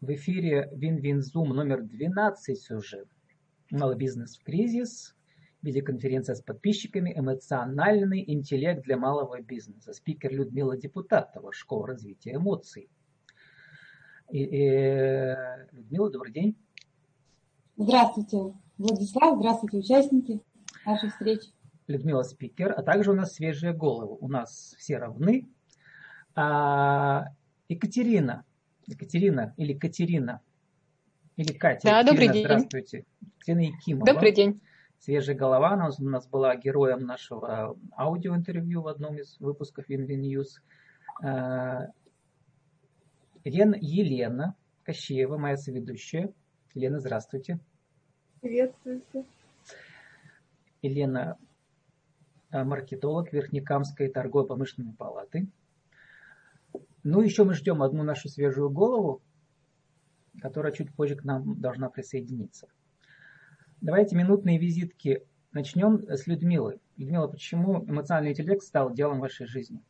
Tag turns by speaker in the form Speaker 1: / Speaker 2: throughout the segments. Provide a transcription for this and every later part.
Speaker 1: В эфире Вин-Вин-Зум номер 12 уже. Малый бизнес в кризис. Видеоконференция с подписчиками «Эмоциональный интеллект для малого бизнеса». Спикер Людмила Депутатова, школа развития эмоций. Людмила, добрый день.
Speaker 2: Здравствуйте, Владислав, здравствуйте, участники нашей встречи.
Speaker 1: Людмила спикер, а также у нас свежие головы. У нас все равны. Екатерина или Катерина, или Катя.
Speaker 3: Да,
Speaker 1: Екатерина,
Speaker 3: добрый день.
Speaker 1: Здравствуйте. Екатерина Якимова.
Speaker 3: Добрый день.
Speaker 1: Свежая голова. Она у нас была героем нашего аудиоинтервью в одном из выпусков Win-Win News. Елена Кощеева, моя соведущая. Елена, здравствуйте.
Speaker 4: Приветствуйте.
Speaker 1: Елена маркетолог Верхнекамской торгово-промышленной палаты. Ну, еще мы ждем одну нашу свежую голову, которая чуть позже к нам должна присоединиться. Давайте минутные визитки. Начнем с Людмилы. Людмила, почему эмоциональный интеллект стал делом вашей жизни?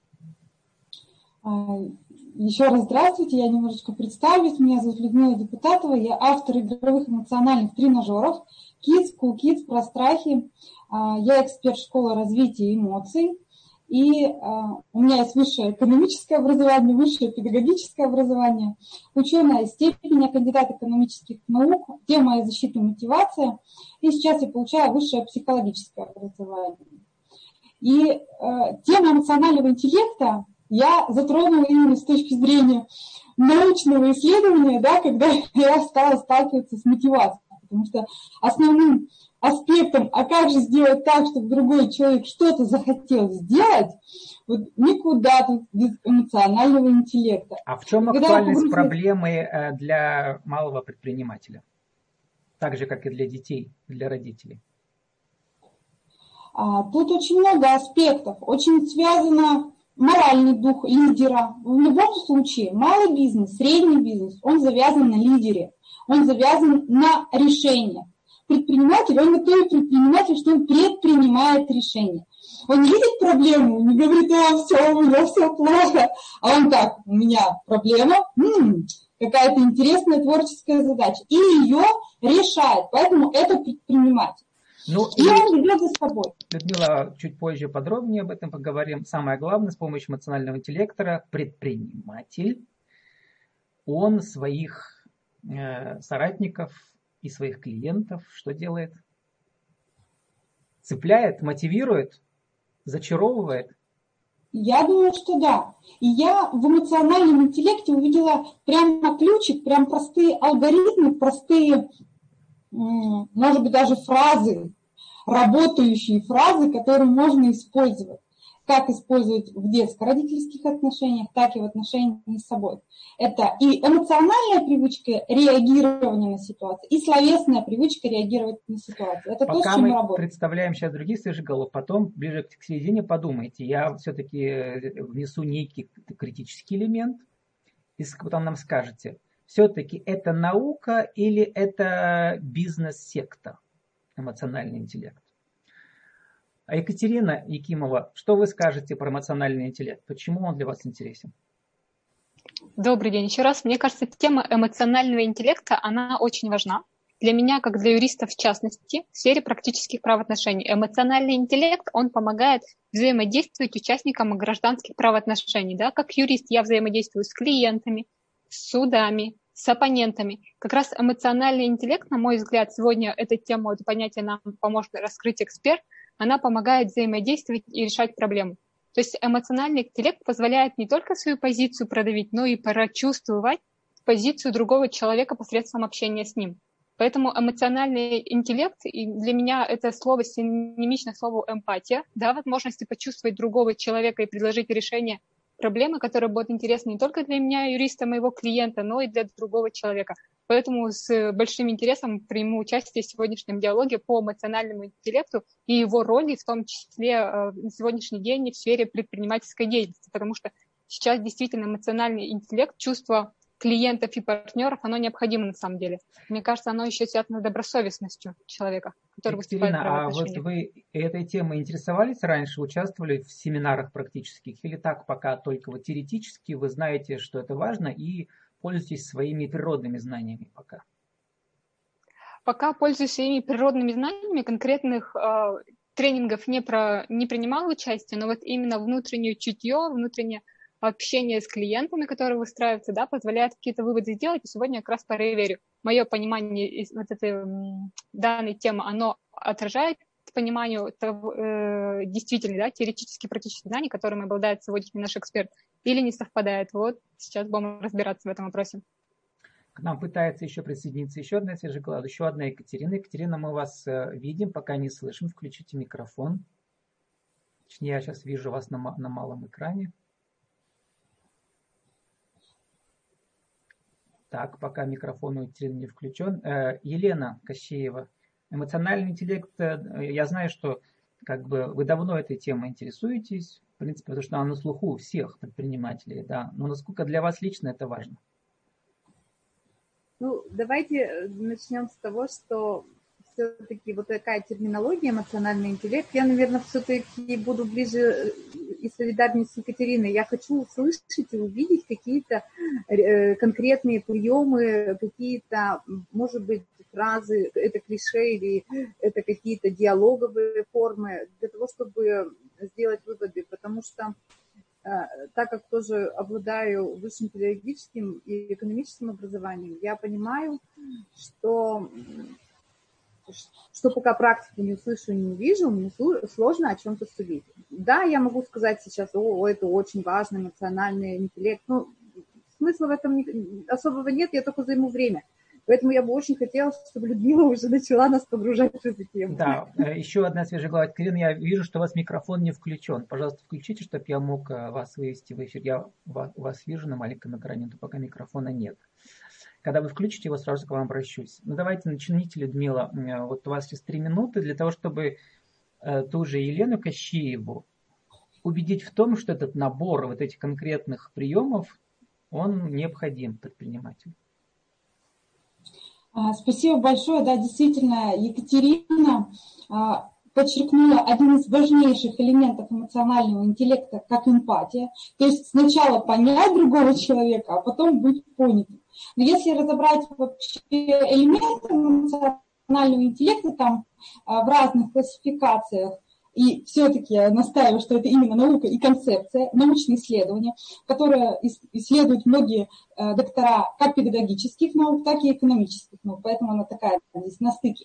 Speaker 2: Еще раз здравствуйте, я немножечко представлюсь. Меня зовут Людмила Депутатова, я автор игровых эмоциональных тренажеров Kids, Cool Kids, про страхи. Я эксперт школы развития эмоций. И у меня есть высшее экономическое образование, высшее педагогическое образование, ученая степень, я кандидат экономических наук, тема моей защиты и мотивация. И сейчас я получаю высшее психологическое образование. И тема эмоционального интеллекта я затронула именно с точки зрения научного исследования, да, когда я стала сталкиваться с мотивацией. Потому что основным аспектом, а как же сделать так, чтобы другой человек что-то захотел сделать, вот никуда тут без эмоционального интеллекта.
Speaker 1: А в чем актуальность проблемы для малого предпринимателя? Так же, как и для детей, для родителей.
Speaker 2: Тут очень много аспектов. Очень связано моральный дух лидера. В любом случае, малый бизнес, средний бизнес, он завязан на лидере. Он завязан на решениях. Предприниматель, он не только предприниматель, что он предпринимает решения. Он не видит проблему, не говорит, все, у меня все плохо. А он так, у меня проблема, какая-то интересная творческая задача. И ее решает. Поэтому это предприниматель.
Speaker 1: Ну,
Speaker 2: и он ведет за собой.
Speaker 1: Людмила, чуть позже подробнее об этом поговорим. Самое главное, с помощью эмоционального интеллекта предприниматель, он своих соратников и своих клиентов что делает? Цепляет, мотивирует, зачаровывает?
Speaker 2: Я думаю, что да. И я в эмоциональном интеллекте увидела прямо ключик, прям простые алгоритмы, простые, может быть, даже фразы, работающие фразы, которые можно использовать. Как использовать в детско-родительских отношениях, так и в отношениях с собой. Это и эмоциональная привычка реагирования на ситуацию, и словесная привычка реагировать на ситуацию. Это то, с чем мы работаем.
Speaker 1: Пока мы представляем сейчас других свежих голов, потом ближе к середине подумайте. Я все-таки внесу некий критический элемент, и потом нам скажете, все-таки это наука или это бизнес-секта, эмоциональный интеллект? А Екатерина Якимова, что вы скажете про эмоциональный интеллект? Почему он для вас интересен?
Speaker 3: Добрый день еще раз. Мне кажется, тема эмоционального интеллекта, она очень важна. Для меня, как для юриста в частности, в сфере практических правоотношений. Эмоциональный интеллект, он помогает взаимодействовать участникам гражданских правоотношений. Да? Как юрист я взаимодействую с клиентами, с судами, с оппонентами. Как раз эмоциональный интеллект, на мой взгляд, сегодня эту тему, это понятие нам поможет раскрыть эксперт, она помогает взаимодействовать и решать проблемы. То есть эмоциональный интеллект позволяет не только свою позицию продавить, но и прочувствовать позицию другого человека посредством общения с ним. Поэтому эмоциональный интеллект, и для меня это слово синонимично слову эмпатия, да, возможности почувствовать другого человека и предложить решение проблемы, которые будут интересны не только для меня, юриста, моего клиента, но и для другого человека. Поэтому с большим интересом приму участие в сегодняшнем диалоге по эмоциональному интеллекту и его роли, в том числе на сегодняшний день в сфере предпринимательской деятельности, потому что сейчас действительно эмоциональный интеллект, чувство клиентов и партнеров, оно необходимо на самом деле. Мне кажется, оно еще связано с добросовестностью человека, который выступает в правоотношениях.
Speaker 1: А вот вы этой темой интересовались раньше, участвовали в семинарах практических, или так пока только вот теоретически вы знаете, что это важно, и пользуетесь своими природными знаниями пока?
Speaker 3: Пока пользуюсь своими природными знаниями, конкретных тренингов не принимала участие, но вот именно внутреннее чутье, внутреннее общение с клиентами, которые выстраиваются, да, позволяет какие-то выводы сделать. И сегодня я как раз проверю. Мое понимание из вот этой данной темы, оно отражает пониманию действительно, да, теоретических, практических знаний, которыми обладает сегодняшний наш эксперт, или не совпадает. Вот сейчас будем разбираться в этом вопросе.
Speaker 1: К нам пытается еще присоединиться еще одна свежеголовая, еще одна Екатерина. Екатерина, мы вас видим, пока не слышим. Включите микрофон. Точнее, я сейчас вижу вас на малом экране. Так, пока микрофон у Екатерины не включен. Елена Кощеева. Эмоциональный интеллект. Я знаю, что как бы вы давно этой темой интересуетесь, в принципе, потому что она на слуху у всех предпринимателей, да. Но насколько для вас лично это важно?
Speaker 4: Ну, давайте начнем с того, что все-таки вот такая терминология, эмоциональный интеллект, я, наверное, все-таки буду ближе и солидарнее с Екатериной. Я хочу услышать и увидеть какие-то конкретные приемы, какие-то, может быть, фразы, это клише или это какие-то диалоговые формы для того, чтобы сделать выводы, потому что так как тоже обладаю высшим педагогическим и экономическим образованием, я понимаю, что пока практику не услышу и не увижу, мне сложно о чем-то судить. Да, я могу сказать сейчас, это очень важно, эмоциональный интеллект, но смысла в этом особого нет, я только займу время. Поэтому я бы очень хотела, чтобы Людмила уже начала нас погружать в эту тему.
Speaker 1: Да, еще одна свежеголовая. Екатерина, я вижу, что у вас микрофон не включен. Пожалуйста, включите, чтобы я мог вас вывести в эфир. Я вас вижу на маленьком экране, но пока микрофона нет. Когда вы включите его, сразу к вам обращусь. Ну, давайте начните, Людмила. Вот у вас сейчас 3 минуты для того, чтобы ту же Елену Кощееву убедить в том, что этот набор вот этих конкретных приемов, он необходим предпринимателю.
Speaker 2: Спасибо большое. Да, действительно, Екатерина подчеркнула один из важнейших элементов эмоционального интеллекта, как эмпатия. То есть сначала понять другого человека, а потом быть понятым. Но если разобрать вообще элементы эмоционального интеллекта там в разных классификациях, и все-таки я настаиваю, что это именно наука и концепция, научные исследования, которые исследуют многие доктора как педагогических наук, так и экономических наук, поэтому она такая здесь на стыке.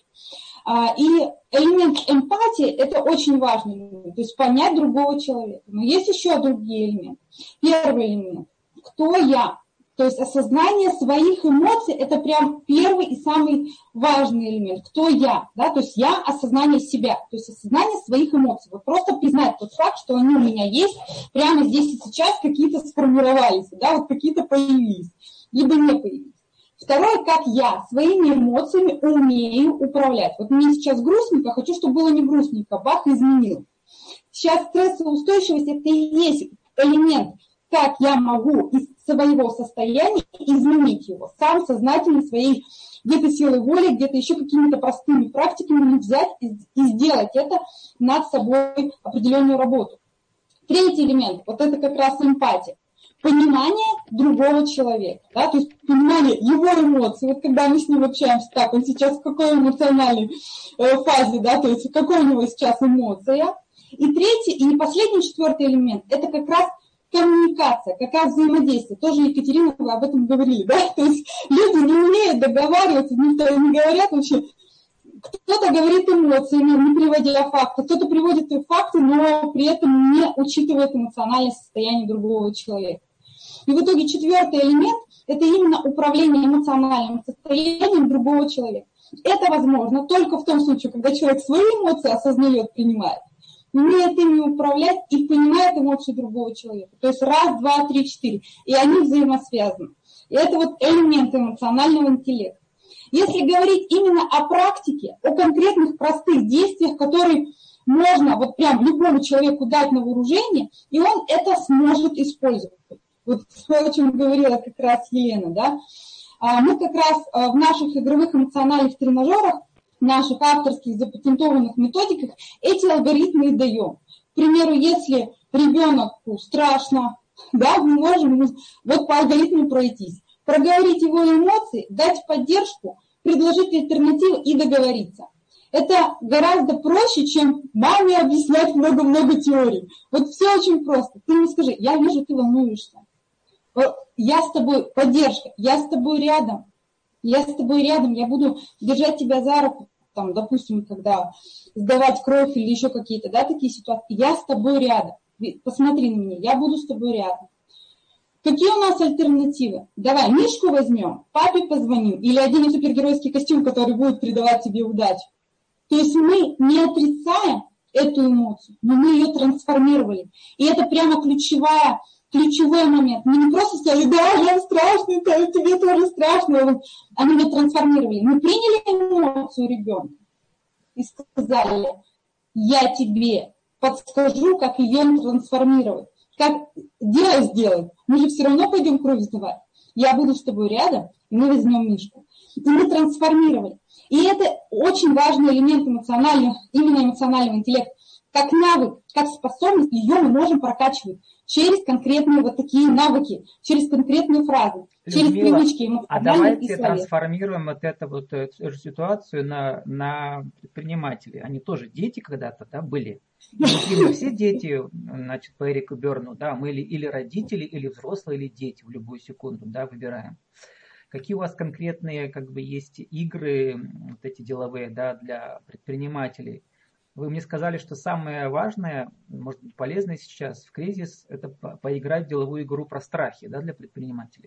Speaker 2: И элемент эмпатии – это очень важный элемент, то есть понять другого человека. Но есть еще другие элементы. Первый элемент – кто я? То есть осознание своих эмоций – это прям первый и самый важный элемент. Кто я? Да? То есть я – осознание себя, то есть осознание своих эмоций. Вот просто признать тот факт, что они у меня есть, прямо здесь и сейчас какие-то сформировались, да? Вот какие-то появились, либо не появились. Второе, как я своими эмоциями умею управлять. Вот мне сейчас грустненько, хочу, чтобы было не грустненько, бах, изменил. Сейчас стрессоустойчивость – это и есть элемент, как я могу из своего состояния изменить его, сам сознательно своей где-то силой воли, где-то еще какими-то простыми практиками взять и сделать это над собой определенную работу. Третий элемент, вот это как раз эмпатия. Понимание другого человека, да, то есть понимание его эмоций. Вот когда мы с ним общаемся, так, он сейчас в какой эмоциональной фазе, да, то есть какой у него сейчас эмоция. И третий, и последний, четвертый элемент, это как раз коммуникация, как раз взаимодействие. Тоже, Екатерина, вы об этом говорили, да, то есть люди не умеют договариваться, никто не говорят вообще. Кто-то говорит эмоциями, не приводя факты, кто-то приводит факты, но при этом не учитывает эмоциональное состояние другого человека. И в итоге четвертый элемент – это именно управление эмоциональным состоянием другого человека. Это возможно только в том случае, когда человек свои эмоции осознает, принимает, умеет ими управлять и понимает эмоции другого человека. То есть раз, два, три, четыре. И они взаимосвязаны. И это вот элементы эмоционального интеллекта. Если говорить именно о практике, о конкретных простых действиях, которые можно вот прям любому человеку дать на вооружение, и он это сможет использовать. Вот о чем говорила как раз Елена, да. Мы как раз в наших игровых эмоциональных тренажерах, наших авторских запатентованных методиках эти алгоритмы и даем. К примеру, если ребенку страшно, да, мы можем вот по алгоритму пройтись. проговорить его эмоции, дать поддержку, предложить альтернативу и договориться. Это гораздо проще, чем маме объяснять много-много теорий. Вот все очень просто. Ты мне скажи, я вижу, ты волнуешься. Я с тобой, поддержка, я с тобой рядом. Я с тобой рядом, я буду держать тебя за руку, там, допустим, когда сдавать кровь или еще какие-то, да, такие ситуации. Я с тобой рядом. Посмотри на меня, я буду с тобой рядом. Какие у нас альтернативы? Давай Мишку возьмем, папе позвоним или оденем супергеройский костюм, который будет придавать тебе удачу. То есть мы не отрицаем эту эмоцию, но мы ее трансформировали. И это прямо ключевой момент. Мы не просто сказали, да, я страшный, тебе тоже страшно, а мы ее трансформировали. Мы приняли эмоцию ребенка и сказали, я тебе подскажу, как ее трансформировать. Как дело сделать. Мы же все равно пойдем кровь сдавать. Я буду с тобой рядом, и мы возьмем Мишку. И мы трансформировали. И это очень важный элемент именно эмоционального интеллекта. Как навык, как способность, ее мы можем прокачивать через конкретные вот такие навыки, через конкретные фразы, через
Speaker 1: Людмила,
Speaker 2: привычки эмоциональные
Speaker 1: а
Speaker 2: и
Speaker 1: давайте
Speaker 2: словесные.
Speaker 1: трансформируем вот эту же ситуацию на предпринимателей. Они тоже дети когда-то, да, были. Мы все дети, значит, по Эрику Берну, да, мы или родители, или взрослые, или дети в любую секунду, да, выбираем. Какие у вас конкретные, как бы, есть игры, вот эти деловые, да, для предпринимателей? Вы мне сказали, что самое важное, может быть, полезное сейчас в кризис, это поиграть в деловую игру про страхи, да, для предпринимателей.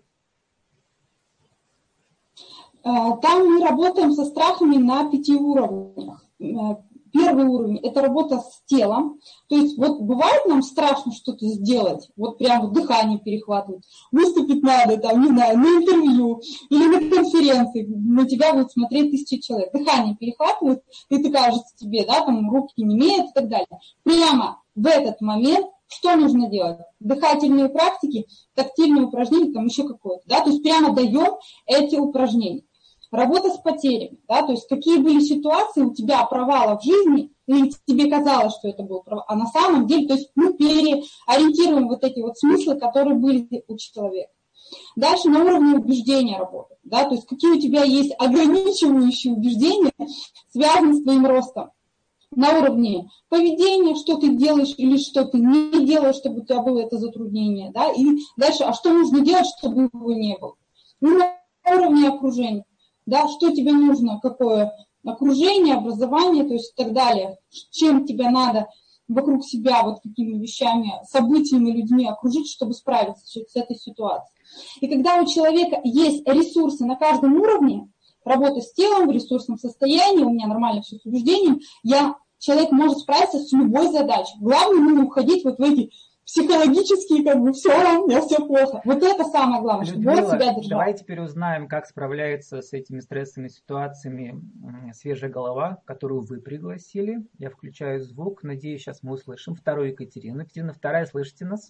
Speaker 2: Там мы работаем со страхами на 5 уровнях. Первый уровень – это работа с телом. То есть вот бывает нам страшно что-то сделать, вот прям вот дыхание перехватывает. Выступить надо, там, не знаю, на интервью или на конференции, на тебя будут смотреть 1000 человек. Дыхание перехватывает, и ты кажется тебе, да, там руки немеют и так далее. Прямо в этот момент что нужно делать? Дыхательные практики, тактильные упражнения, там еще какое-то, да, то есть прямо даем эти упражнения. Работа с потерями, да, то есть какие были ситуации у тебя провала в жизни, и тебе казалось, что это был провал, а на самом деле, то есть мы переориентируем вот эти вот смыслы, которые были у человека. Дальше на уровне убеждения работать, да, то есть какие у тебя есть ограничивающие убеждения, связанные с твоим ростом. На уровне поведения, что ты делаешь или что ты не делаешь, чтобы у тебя было это затруднение, да, и дальше, а что нужно делать, чтобы его не было. Ну, на уровне окружения. Да, что тебе нужно, какое окружение, образование, то есть и так далее, чем тебе надо вокруг себя вот какими вещами, событиями, людьми окружить, чтобы справиться с этой ситуацией. И когда у человека есть ресурсы на каждом уровне, работа с телом в ресурсном состоянии, у меня нормально все с убеждением, человек может справиться с любой задачей. Главное не уходить вот в эти психологические, как бы, все, у меня все плохо. Вот это самое главное,
Speaker 1: Людмила,
Speaker 2: чтобы он себя держал.
Speaker 1: давай теперь узнаем, как справляется с этими стрессовыми ситуациями свежая голова, которую вы пригласили. Я включаю звук, надеюсь, сейчас мы услышим вторую Екатерину. Екатерина вторая, слышите нас?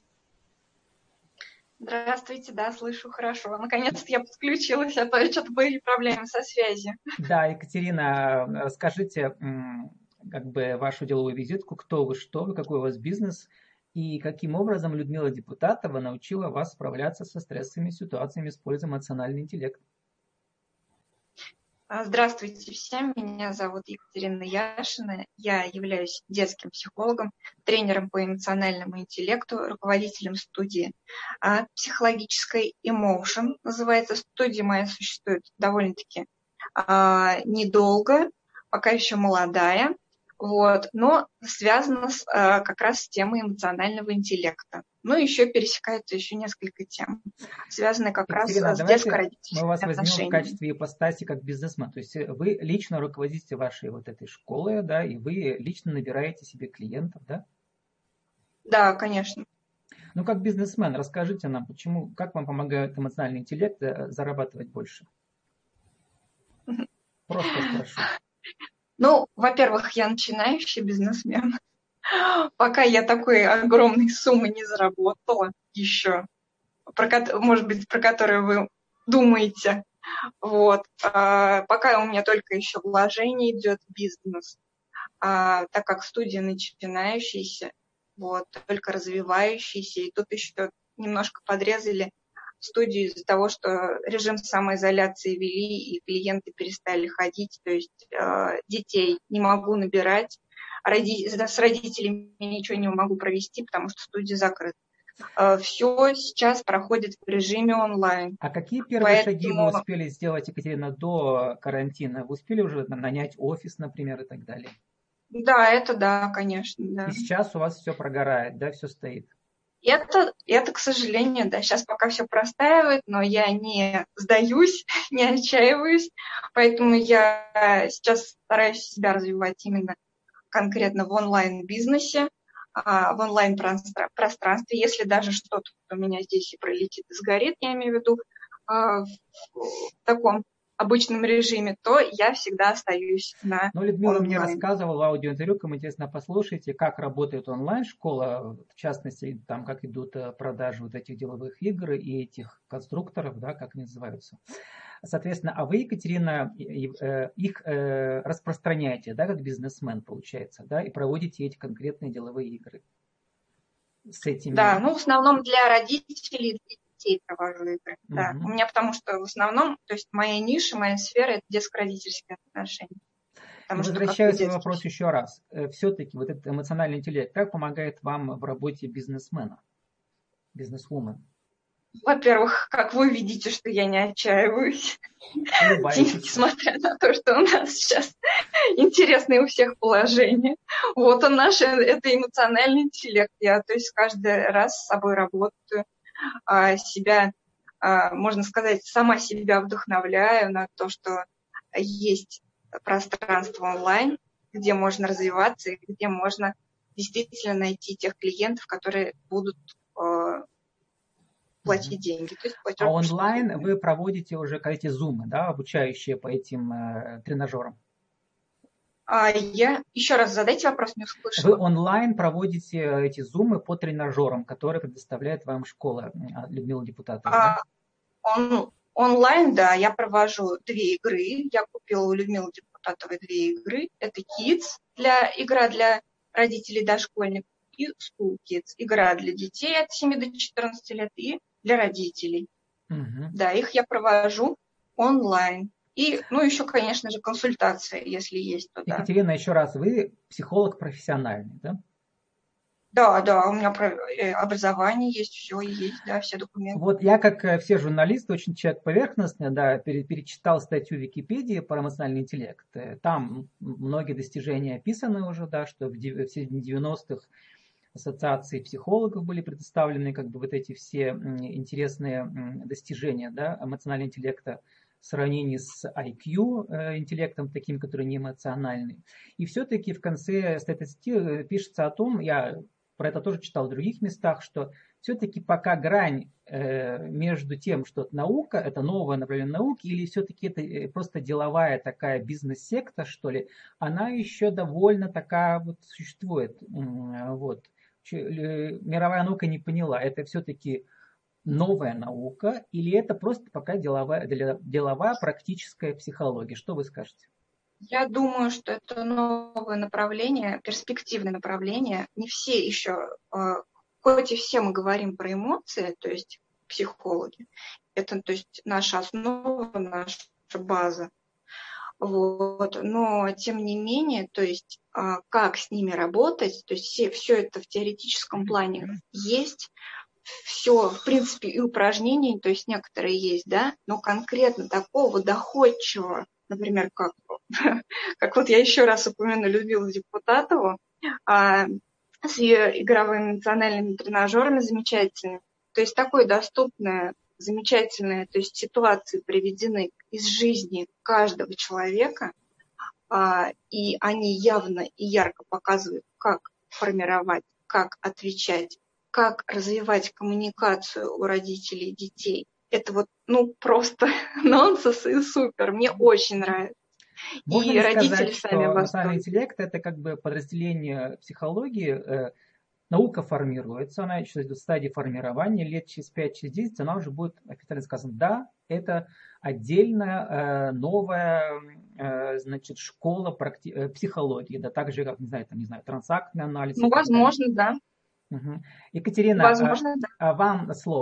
Speaker 5: Здравствуйте, да, слышу хорошо. Наконец-то я подключилась, а то что-то были проблемы со связью.
Speaker 1: Да, Екатерина, расскажите как бы вашу деловую визитку, кто вы, что вы, какой у вас бизнес, и каким образом Людмила Депутатова научила вас справляться со стрессовыми ситуациями, используя эмоциональный интеллект.
Speaker 5: Здравствуйте всем, меня зовут Екатерина Яшина, я являюсь детским психологом, тренером по эмоциональному интеллекту, руководителем студии психологической Emotion, называется. Студия моя существует довольно-таки недолго, пока еще молодая, вот, но связана как раз с темой эмоционального интеллекта. Ну, еще пересекается еще несколько тем, связанные как
Speaker 1: Екатерина,
Speaker 5: раз с детско-родительскими
Speaker 1: мы вас возьмем
Speaker 5: отношениями.
Speaker 1: в качестве ипостаси как бизнесмен. То есть вы лично руководите вашей вот этой школой, да, и вы лично набираете себе клиентов, да?
Speaker 5: Да, конечно.
Speaker 1: Ну, как бизнесмен, расскажите нам, как вам помогает эмоциональный интеллект зарабатывать больше? Просто спрошу.
Speaker 5: Ну, во-первых, я начинающий бизнесмен. Пока я такой огромной суммы не заработала еще, может быть, про которую вы думаете. Вот. Пока у меня только еще вложение идет в бизнес, так как студия начинающаяся, вот, только развивающаяся, и тут еще немножко подрезали в студию из-за того, что режим самоизоляции ввели, и клиенты перестали ходить, то есть детей не могу набирать, с родителями ничего не могу провести, потому что студия закрыта. Все сейчас проходит в режиме онлайн.
Speaker 1: А какие первые шаги вы успели сделать, Екатерина, до карантина? Вы успели уже нанять офис, например, и так далее?
Speaker 5: Да, это да, конечно. Да.
Speaker 1: И сейчас у вас все прогорает, да, все стоит?
Speaker 5: Это, к сожалению, да, сейчас пока все простаивает, но я не сдаюсь, не отчаиваюсь, поэтому я сейчас стараюсь себя развивать именно конкретно в онлайн-бизнесе, в онлайн-пространстве. Если даже что-то у меня здесь и пролетит и сгорит, я имею в виду в таком обычном режиме, то я всегда остаюсь на
Speaker 1: Ну, Людмила
Speaker 5: онлайн.
Speaker 1: мне рассказывала в аудиоинтервью, кому интересно, послушайте, как работает онлайн-школа, в частности, там, как идут продажи вот этих деловых игр и этих конструкторов, да, как они называются. Соответственно, а вы, Екатерина, их распространяете, да, как бизнесмен, получается, да, и проводите эти конкретные деловые игры с этими...
Speaker 5: Да, ну, в основном для родителей, для детей провожу игры. Да. У меня потому что в основном, то есть моя ниша, моя сфера – это детско-родительские отношения.
Speaker 1: Возвращаюсь к вопросу еще раз. Все-таки вот этот эмоциональный интеллект, как помогает вам в работе бизнесмена, бизнесвумен?
Speaker 5: Во-первых, как вы видите, что я не отчаиваюсь, несмотря на то, что у нас сейчас интересные у всех положения. Вот он наш, это эмоциональный интеллект. Я, то есть, каждый раз с собой работаю, себя, можно сказать, сама себя вдохновляю на то, что есть пространство онлайн, где можно развиваться и где можно действительно найти тех клиентов, которые будут платить деньги. То есть
Speaker 1: а онлайн вы проводите уже эти зумы, да, обучающие по этим тренажерам?
Speaker 5: Я еще раз задайте вопрос, не услышала.
Speaker 1: Вы онлайн проводите эти зумы по тренажерам, которые предоставляет вам школа, Людмила Депутатова, да?
Speaker 5: Онлайн, да, я провожу 2 игры. Я купила у Людмилы Депутатовой 2 игры. Это Kids, игра для родителей дошкольников, и School Kids, игра для детей от 7 до 14 лет и для родителей. Да, их я провожу онлайн. И, еще, конечно же, консультации, если есть. То, да.
Speaker 1: Екатерина, еще раз, вы психолог профессиональный, да?
Speaker 5: Да, у меня образование есть, все есть, да, все документы.
Speaker 1: Вот я, как все журналисты, очень человек поверхностный, да, перечитал статью в Википедии про эмоциональный интеллект. Там многие достижения описаны уже, да, что в середине 90-х ассоциации психологов были предоставлены вот эти все интересные достижения, да, эмоционального интеллекта в сравнении с IQ интеллектом, таким, который не эмоциональный. И все-таки в конце статьи пишется о том, я про это тоже читал в других местах, что все-таки пока грань между тем, что это наука, это новое направление науки, или все-таки это просто деловая такая бизнес-секта, что ли, она еще довольно такая вот существует. Вот. Мировая наука не поняла, это все-таки новая наука или это просто пока деловая практическая психология? Что вы скажете?
Speaker 5: Я думаю, что это новое направление, перспективное направление. Не все еще, хоть и все мы говорим про эмоции, то есть психологи, это то есть наша основа, наша база. Вот. Но, тем не менее, то есть как с ними работать, то есть все это в теоретическом плане есть, все, в принципе, и упражнения, то есть некоторые есть, да, но конкретно такого доходчивого, например, как вот я еще раз упомяну Людмилу Депутатову, с ее игровыми эмоциональными тренажерами замечательными, то есть такое доступное, замечательные, то есть ситуации приведены из жизни каждого человека, и они явно и ярко показывают, как формировать, как отвечать, как развивать коммуникацию у родителей и детей. Это вот, просто нонсенс и супер. Мне очень нравится.
Speaker 1: Можно ли сказать, что эмоциональный интеллект – это как бы подразделение психологии, наука формируется, она еще идет в стадии формирования, лет через 5-10 она уже будет официально сказано, да, это отдельная новая, значит, школа психологии, да, так же, как, не знаю, трансактный анализ.
Speaker 5: Возможно, да.
Speaker 1: Угу. Екатерина,
Speaker 5: возможно, да.
Speaker 1: Вам слово.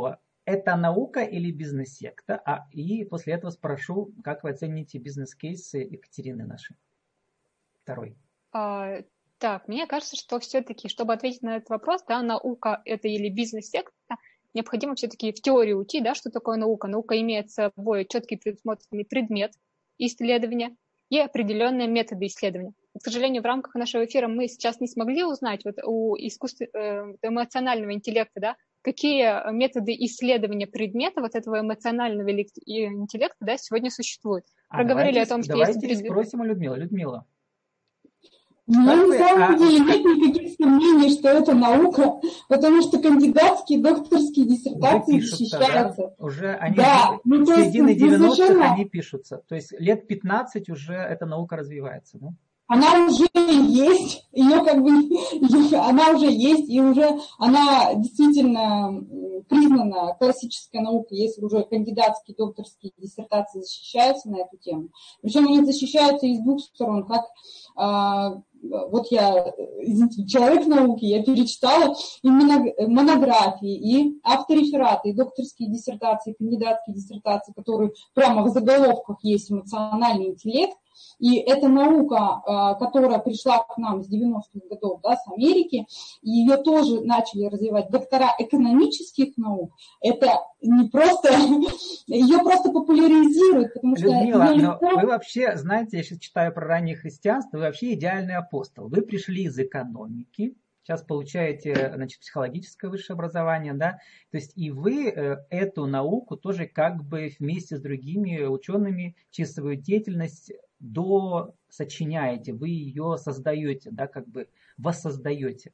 Speaker 1: это наука или бизнес-секта? И после этого спрошу, как вы оцените бизнес-кейсы Екатерины нашей? Второй.
Speaker 3: Так, мне кажется, что все-таки, чтобы ответить на этот вопрос, да, наука это или бизнес-секта, необходимо все-таки в теорию уйти, да, что такое наука. Наука имеет с собой четкий предусмотренный предмет исследования и определенные методы исследования. К сожалению, в рамках нашего эфира мы сейчас не смогли узнать вот у эмоционального интеллекта, да, какие методы исследования предмета вот этого эмоционального интеллекта, да, сегодня существуют. Проговорили о том, что
Speaker 1: давайте спросим у Людмилы. Людмила.
Speaker 2: На самом деле нет никаких сомнений, что это наука, потому что кандидатские, докторские диссертации защищаются.
Speaker 1: Да? Уже они с середины 90-х они пишутся. То есть лет 15 уже эта наука развивается. Да?
Speaker 2: Она уже есть, она уже есть, и уже она действительно признана классическая наука, если уже кандидатские, докторские диссертации защищаются на эту тему. Причем они защищаются и с двух сторон, как вот я, извините, человек науки, я перечитала и монографии, и авторефераты, и докторские диссертации, и кандидатские диссертации, которые прямо в заголовках есть эмоциональный интеллект. И эта наука, которая пришла к нам с 90-х годов, да, с Америки, и ее тоже начали развивать доктора экономических наук, это не просто, ее просто популяризируют, потому что...
Speaker 1: Людмила, но вы вообще, знаете, я сейчас читаю про раннее христианство, вы вообще идеальный апостол. Вы пришли из экономики, сейчас получаете, значит, психологическое высшее образование, да, то есть и вы эту науку тоже как бы вместе с другими учеными через свою деятельность досочиняете, вы ее создаете, да, как бы воссоздаете.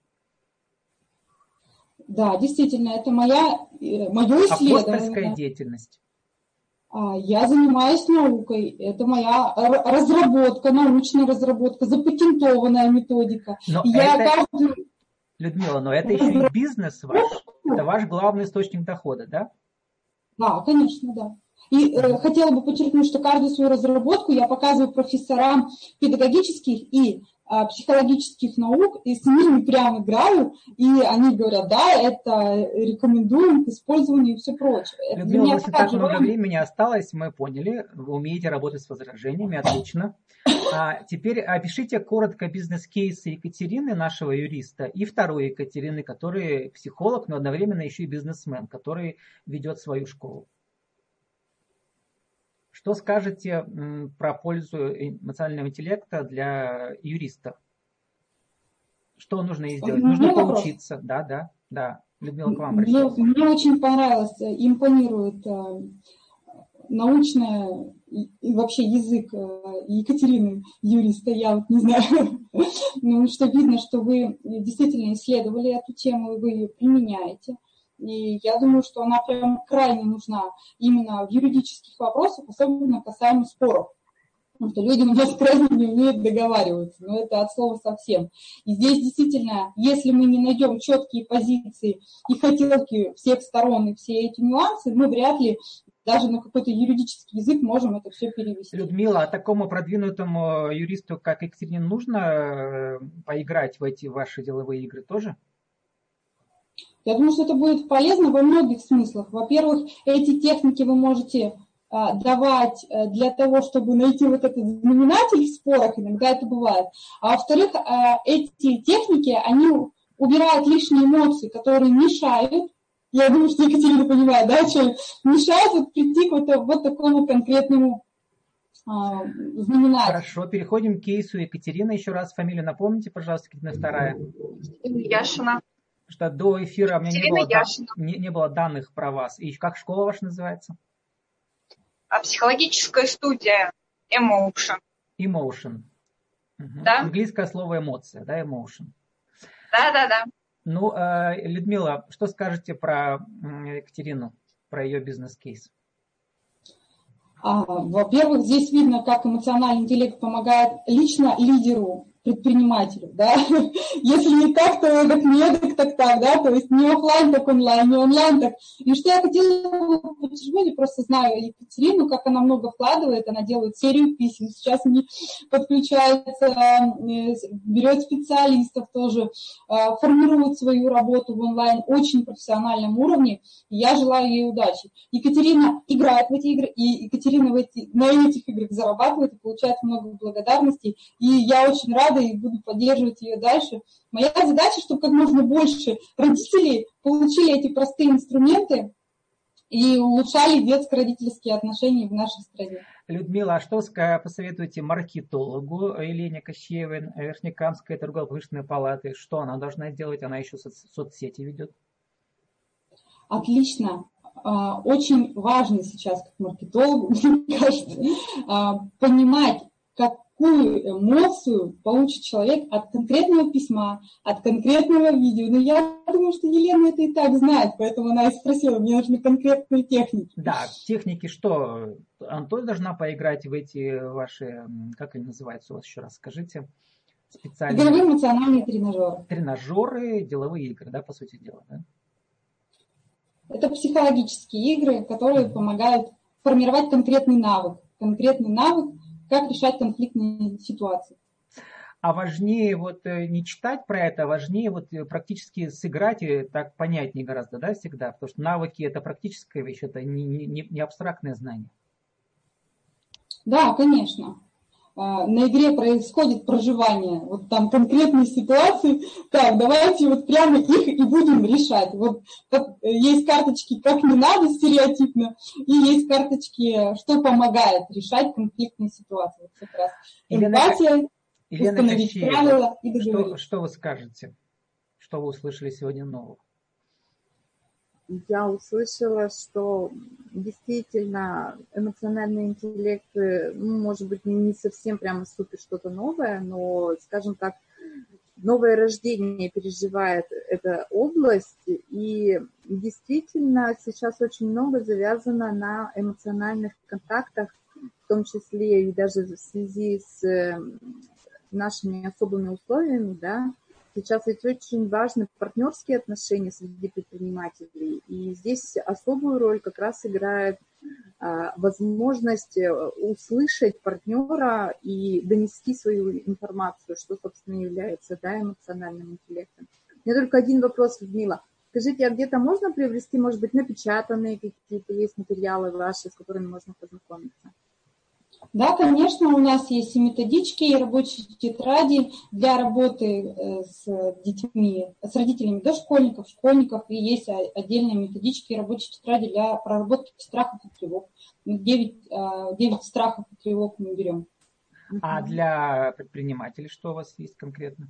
Speaker 2: Да, действительно, это мое исследование.
Speaker 1: Апостольская деятельность.
Speaker 2: Я занимаюсь наукой, это моя разработка, научная разработка, запатентованная методика.
Speaker 1: Людмила, но это еще и бизнес ваш, это ваш главный источник дохода, да?
Speaker 2: Да, конечно, да. И хотела бы подчеркнуть, что каждую свою разработку я показываю профессорам педагогических и психологических наук, и с ними прямо играю, и они говорят, да, это рекомендуем к использованию и все прочее.
Speaker 1: Людмила, у вас не так много времени осталось, мы поняли, вы умеете работать с возражениями, отлично. Теперь опишите коротко бизнес-кейсы Екатерины, нашего юриста, и второй Екатерины, который психолог, но одновременно еще и бизнесмен, который ведет свою школу. Что скажете про пользу эмоционального интеллекта для юриста? Что нужно ей сделать? Нужно поучиться. Да. Людмила, к вам обращаюсь.
Speaker 2: Мне очень понравилось, импонирует научное и вообще язык Екатерины, юриста, я вот не знаю, ну, что видно, что вы действительно исследовали эту тему, и вы ее применяете. И я думаю, что она прям крайне нужна именно в юридических вопросах, особенно касаемо споров. Потому что люди у нас крайне не умеют договариваться, но это от слова совсем. И здесь действительно, если мы не найдем четкие позиции и хотелки всех сторон и все эти нюансы, мы вряд ли даже на какой-то юридический язык можем это все перевести.
Speaker 1: Людмила, а такому продвинутому юристу, как Екатерине, нужно поиграть в эти ваши деловые игры тоже?
Speaker 2: Я думаю, что это будет полезно во многих смыслах. Во-первых, эти техники вы можете давать для того, чтобы найти вот этот знаменатель в спорах, иногда это бывает. А во-вторых, эти техники, они убирают лишние эмоции, которые мешают. Я думаю, что Екатерина понимает, да, что мешают вот прийти к вот такому конкретному знаменателю.
Speaker 1: Хорошо, переходим к кейсу Екатерины. Еще раз фамилию напомните, пожалуйста, Екатерина вторая.
Speaker 5: Яшина.
Speaker 1: Что до эфира у меня не было данных про вас. И как школа ваша называется?
Speaker 5: Психологическая студия Emotion.
Speaker 1: Emotion. Угу.
Speaker 5: Да.
Speaker 1: Английское слово эмоция, да, Emotion.
Speaker 5: Да.
Speaker 1: Ну, Людмила, что скажете про Екатерину, про ее бизнес-кейс?
Speaker 2: Во-первых, здесь видно, как эмоциональный интеллект помогает лично лидеру предпринимателю, да, если не так, то так не так, да, то есть не офлайн, так онлайн, не онлайн, так. И что я хотела подчеркнуть, просто знаю Екатерину, как она много вкладывает, она делает серию писем, сейчас они подключаются, берет специалистов тоже, формирует свою работу в онлайн очень профессиональном уровне, и я желаю ей удачи. Екатерина играет в эти игры, и Екатерина на этих играх зарабатывает и получает много благодарностей, и я очень рада и буду поддерживать ее дальше. Моя задача, чтобы как можно больше родителей получили эти простые инструменты и улучшали детско-родительские отношения в нашей стране.
Speaker 1: Людмила, а что посоветуете маркетологу Елене Кощеевой, Верхнекамской торгово-промышленной палаты? Что она должна делать? Она еще соцсети ведет.
Speaker 2: Отлично. Очень важно сейчас, как маркетологу, мне кажется, понимать, какую эмоцию получит человек от конкретного письма, от конкретного видео. Но я думаю, что Елена это и так знает, поэтому она и спросила, мне нужны конкретные техники.
Speaker 1: Да, техники что? Антон должна поиграть в эти ваши, как они называются у вас, еще раз скажите, специальные...
Speaker 2: Игровые эмоциональные тренажеры.
Speaker 1: Тренажеры, деловые игры, да, по сути дела, да?
Speaker 2: Это психологические игры, которые помогают формировать конкретный навык, как решать конфликтные ситуации.
Speaker 1: А важнее вот не читать про это, а важнее вот практически сыграть, и так понятнее гораздо, да, всегда, потому что навыки это практическая вещь, это не абстрактное знание.
Speaker 2: Да, конечно. На игре происходит проживание, вот там конкретные ситуации, так, давайте вот прямо их и будем решать. Вот есть карточки «как не надо» стереотипно, и есть карточки «что помогает решать конфликтные ситуации». Вот как раз эмпатия, установить правила и договориться.
Speaker 1: Что вы скажете? Что вы услышали сегодня нового?
Speaker 4: Я услышала, что действительно эмоциональный интеллект, может быть, не совсем прямо супер что-то новое, но, скажем так, новое рождение переживает эта область, и действительно сейчас очень много завязано на эмоциональных контактах, в том числе и даже в связи с нашими особыми условиями, да. Сейчас ведь очень важны партнерские отношения среди предпринимателей, и здесь особую роль как раз играет возможность услышать партнера и донести свою информацию, что, собственно, является, да, эмоциональным интеллектом. У меня только один вопрос, Людмила. Скажите, а где-то можно приобрести, может быть, напечатанные какие-то есть материалы ваши, с которыми можно познакомиться?
Speaker 2: Да, конечно, у нас есть и методички, и рабочие тетради для работы с детьми, с родителями дошкольников, школьников, и есть отдельные методички и рабочие тетради для проработки страхов и тревог. 9 страхов и тревог мы берем.
Speaker 1: А для предпринимателей что у вас есть конкретно?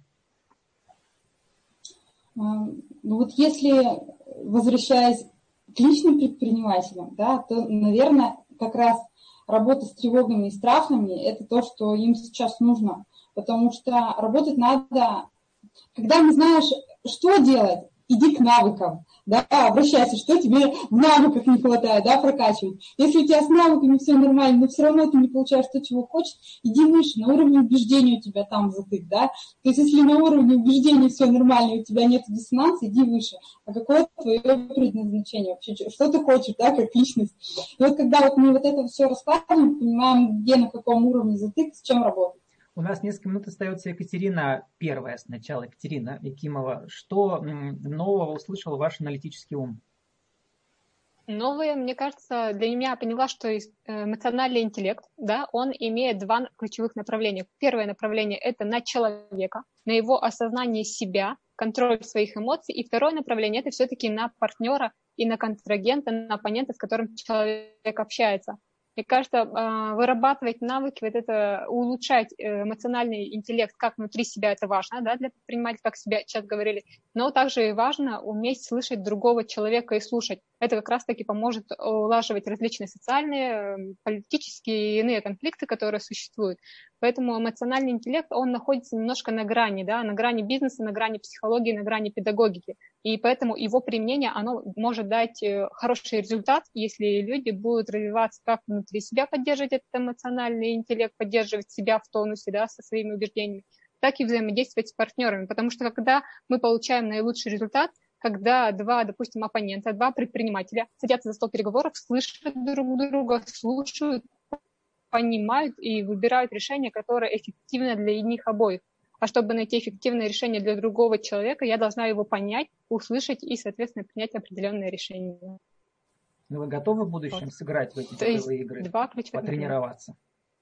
Speaker 2: Ну вот если, возвращаясь к личным предпринимателям, да, то, наверное, как раз работа с тревогами и страхами – это то, что им сейчас нужно, потому что работать надо, когда не знаешь, что делать, иди к навыкам, да, обращайся, что тебе в навыках не хватает, да, прокачивать. Если у тебя с навыками все нормально, но все равно ты не получаешь то, чего хочешь, иди выше, на уровне убеждений у тебя там затык, да. То есть если на уровне убеждений все нормально, у тебя нет диссонанса, иди выше. А какое твое предназначение вообще, что ты хочешь, да, как личность. И вот когда вот мы вот это все раскладываем, понимаем, где, на каком уровне затык, с чем работать.
Speaker 1: У нас несколько минут остается Екатерина первая сначала. Екатерина Якимова. Что нового услышал ваш аналитический ум?
Speaker 3: Новое, мне кажется, для меня поняла, что эмоциональный интеллект, да, он имеет два ключевых направления. Первое направление – это на человека, на его осознание себя, контроль своих эмоций. И второе направление – это все-таки на партнера и на контрагента, на оппонента, с которым человек общается. Мне кажется, вырабатывать навыки, вот это, улучшать эмоциональный интеллект как внутри себя, это важно, да, для предпринимателей, как себя сейчас говорили, но также и важно уметь слышать другого человека и слушать. Это как раз-таки поможет улаживать различные социальные, политические и иные конфликты, которые существуют. Поэтому эмоциональный интеллект, он находится немножко на грани, да, на грани бизнеса, на грани психологии, на грани педагогики. И поэтому его применение, оно может дать хороший результат, если люди будут развиваться как внутри себя, поддерживать этот эмоциональный интеллект, поддерживать себя в тонусе, да, со своими убеждениями, так и взаимодействовать с партнерами. Потому что когда мы получаем наилучший результат, когда два, допустим, оппонента, два предпринимателя садятся за стол переговоров, слышат друг друга, слушают, понимают и выбирают решение, которое эффективно для них обоих. А чтобы найти эффективное решение для другого человека, я должна его понять, услышать и, соответственно, принять определенное решение.
Speaker 1: Но вы готовы в будущем сыграть в эти игровые игры?
Speaker 3: Два ключевых
Speaker 1: потренироваться?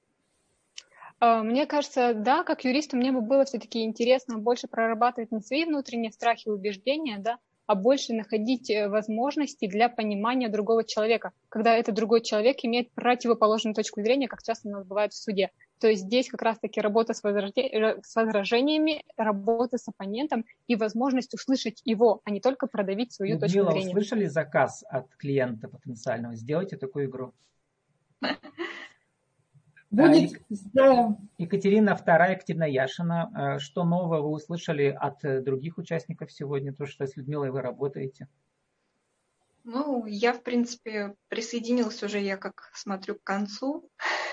Speaker 3: Мне кажется, да, как юристу мне бы было все-таки интересно больше прорабатывать не свои внутренние страхи и убеждения, да, а больше находить возможности для понимания другого человека, когда этот другой человек имеет противоположную точку зрения, как часто у нас бывает в суде. То есть здесь как раз-таки работа с возражениями, работа с оппонентом и возможность услышать его, а не только продавить свою точку
Speaker 1: Людмила,
Speaker 3: зрения.
Speaker 1: услышали заказ от клиента потенциального? Сделайте такую игру.
Speaker 2: Будет, сделаем.
Speaker 1: Екатерина II, Екатерина Яшина. Что нового вы услышали от других участников сегодня? То, что с Людмилой вы работаете.
Speaker 5: Ну, я, в принципе, присоединилась уже, я как смотрю, к концу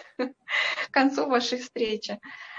Speaker 5: вашей встречи.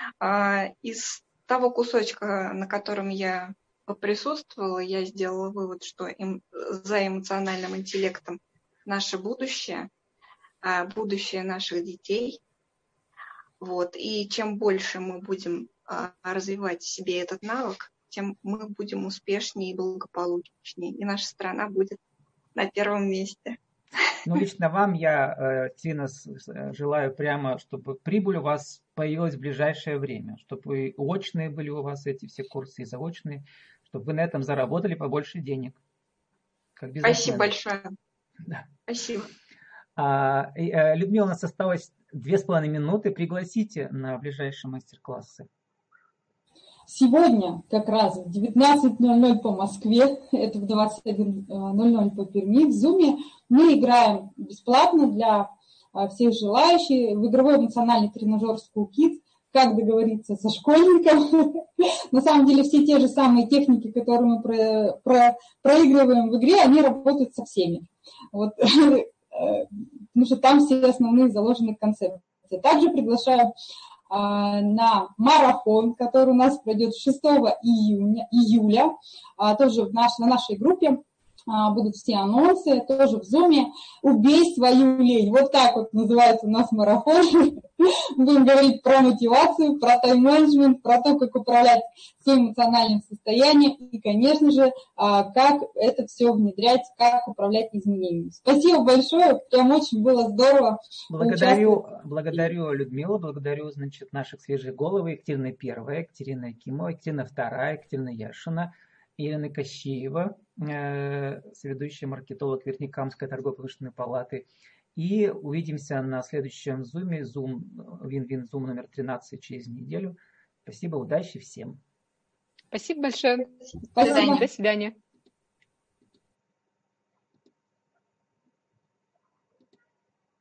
Speaker 5: Из того кусочка, на котором я поприсутствовала, я сделала вывод, что за эмоциональным интеллектом наше будущее, будущее наших детей. Вот. И чем больше мы будем развивать в себе этот навык, тем мы будем успешнее и благополучнее. И наша страна будет на первом месте.
Speaker 1: Ну, лично вам я, Тина, желаю прямо, чтобы прибыль у вас появилась в ближайшее время, чтобы и очные были у вас эти все курсы, и заочные, чтобы вы на этом заработали побольше денег. Как
Speaker 5: Спасибо большое.
Speaker 1: Да.
Speaker 5: Спасибо.
Speaker 1: Людмила, у нас осталось 2,5 минуты. Пригласите на ближайшие мастер-классы.
Speaker 2: Сегодня как раз в 19:00 по Москве, это в 21:00 по Перми, в Zoom мы играем бесплатно для всех желающих в игровой эмоциональный тренажер School Kids, как договориться со школьником. На самом деле все те же самые техники, которые мы проигрываем в игре, они работают со всеми. Вот. Потому что там все основные заложены концепции. Также приглашаю на марафон, который у нас пройдет 6 июля, тоже на нашей группе. Будут все анонсы, тоже в Zoom. «Убей свою лень». Вот так вот называется у нас марафон. Будем говорить про мотивацию, про тайм-менеджмент, про то, как управлять своим эмоциональным состоянием и, конечно же, как это все внедрять, как управлять изменениями. Спасибо большое, прям очень было здорово.
Speaker 1: Благодарю Людмилу, благодарю, значит, наших свежих голов. Екатерина I, Екатерина Якимова, Екатерина II, Екатерина Яшина, Елена Кощеева, соведущая маркетолог Верхнекамской торгово-промышленной палаты. И увидимся на следующем Zoom, Win-Win Zoom номер 13 через неделю. Спасибо, удачи всем.
Speaker 3: Спасибо большое.
Speaker 2: Спасибо.
Speaker 3: До свидания.